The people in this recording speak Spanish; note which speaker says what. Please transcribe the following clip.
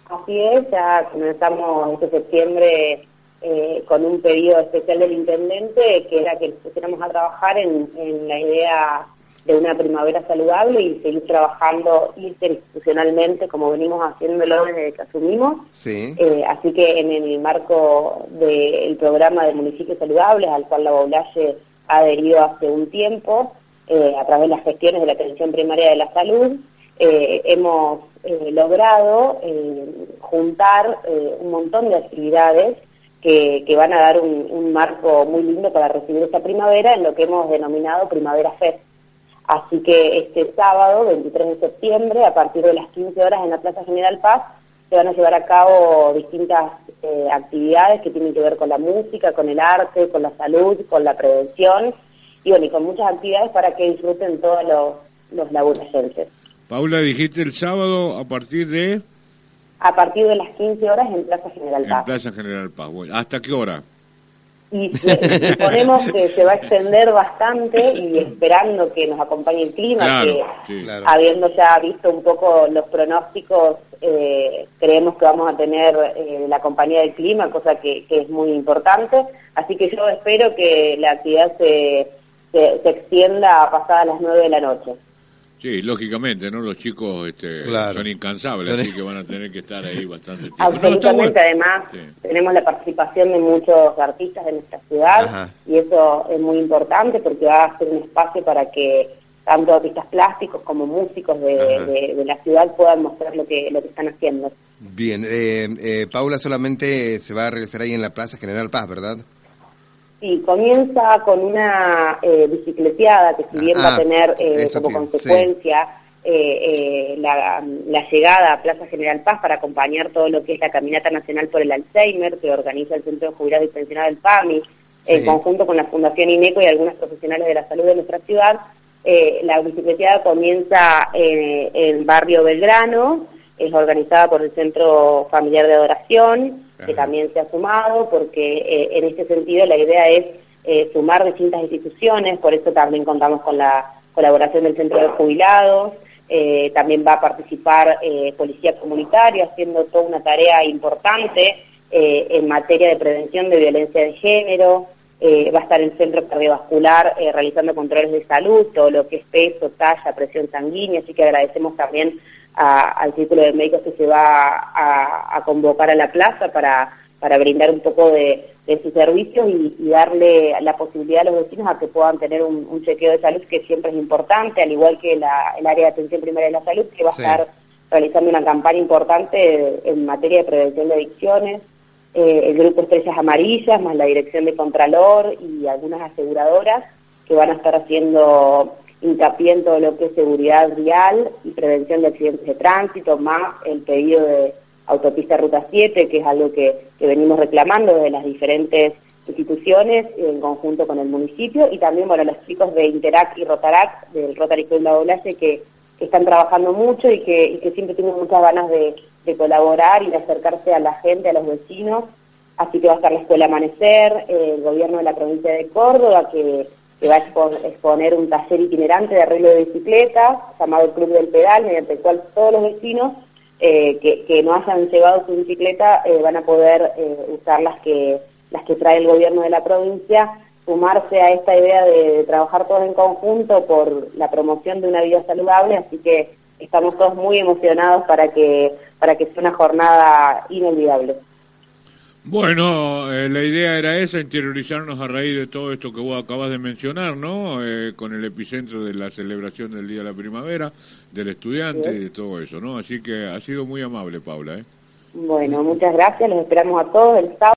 Speaker 1: Así es, ya comenzamos este septiembre con un pedido especial del intendente, que era que nos pusiéramos a trabajar en la idea de una primavera saludable y seguir trabajando interinstitucionalmente como venimos haciéndolo desde que asumimos.
Speaker 2: Sí.
Speaker 1: Así que en el marco del programa de municipios saludables, al cual la Baulaye ha adherido hace un tiempo, a través de las gestiones de la atención primaria de la salud, hemos logrado juntar un montón de actividades que van a dar un marco muy lindo para recibir esta primavera en lo que hemos denominado Primavera Fest. Así que este sábado, 23 de septiembre, a partir de las 15 horas en la Plaza General Paz, se van a llevar a cabo distintas actividades que tienen que ver con la música, con el arte, con la salud, con la prevención, y bueno, y con muchas actividades para que disfruten todos los laburantes.
Speaker 3: Paula, dijiste el sábado a partir de...
Speaker 1: A partir de las 15 horas en Plaza General Paz.
Speaker 3: En Plaza General Paz, bueno. ¿Hasta qué hora?
Speaker 1: Y suponemos que se va a extender bastante y esperando que nos acompañe el clima,
Speaker 3: claro,
Speaker 1: que
Speaker 3: sí, claro.
Speaker 1: Habiendo ya visto un poco los pronósticos, creemos que vamos a tener la compañía del clima, cosa que es muy importante. Así que yo espero que la actividad se extienda pasadas las 9 de la noche.
Speaker 3: Sí, lógicamente, ¿no? Los chicos
Speaker 2: claro.
Speaker 3: son incansables, así que van a tener que estar ahí bastante tiempo.
Speaker 1: Absolutamente, además,
Speaker 3: sí.
Speaker 1: Tenemos la participación de muchos artistas de nuestra ciudad. Ajá. Y eso es muy importante porque va a ser un espacio para que tanto artistas plásticos como músicos de la ciudad puedan mostrar lo que están haciendo.
Speaker 2: Bien, Paula solamente se va a realizar ahí en la Plaza General Paz, ¿verdad?
Speaker 1: Sí, comienza con una bicicleteada que si bien va a tener como consecuencia la llegada a Plaza General Paz para acompañar todo lo que es la Caminata Nacional por el Alzheimer que organiza el Centro de Jubilados y Pensionados del PAMI, en conjunto con la Fundación INECO y algunos profesionales de la salud de nuestra ciudad. La bicicleteada comienza en el barrio Belgrano, es organizada por el Centro Familiar de Adoración, que también se ha sumado, porque en este sentido la idea es sumar distintas instituciones, por eso también contamos con la colaboración del Centro de Jubilados, también va a participar Policía Comunitaria haciendo toda una tarea importante en materia de prevención de violencia de género, va a estar el Centro Cardiovascular realizando controles de salud, todo lo que es peso, talla, presión sanguínea, así que agradecemos también al Círculo de Médicos que se va a convocar a la plaza para brindar un poco de sus servicios y darle la posibilidad a los vecinos a que puedan tener un chequeo de salud que siempre es importante, al igual que el área de atención primaria de la salud, que va a estar realizando una campaña importante en materia de prevención de adicciones, el Grupo Estrellas Amarillas, más la Dirección de Contralor y algunas aseguradoras que van a estar haciendo hincapié en todo lo que es seguridad vial y prevención de accidentes de tránsito, más el pedido de autopista Ruta 7, que es algo que venimos reclamando desde las diferentes instituciones en conjunto con el municipio, y también, bueno, los chicos de Interac y Rotarac, del Rotary Club La Baulaye, que están trabajando mucho y que siempre tienen muchas ganas de colaborar y de acercarse a la gente, a los vecinos. Así que va a estar la Escuela Amanecer, el gobierno de la provincia de Córdoba, que va a exponer un taller itinerante de arreglo de bicicletas, llamado el Club del Pedal, mediante el cual todos los vecinos que no hayan llevado su bicicleta van a poder usar las que trae el gobierno de la provincia, sumarse a esta idea de trabajar todos en conjunto por la promoción de una vida saludable, así que estamos todos muy emocionados para que sea una jornada inolvidable.
Speaker 3: Bueno, la idea era esa, interiorizarnos a raíz de todo esto que vos acabas de mencionar, ¿no? Con el epicentro de la celebración del Día de la Primavera, del estudiante y de todo eso, ¿no? Así que ha sido muy amable, Paula,
Speaker 1: Bueno, muchas gracias, los esperamos a todos el sábado.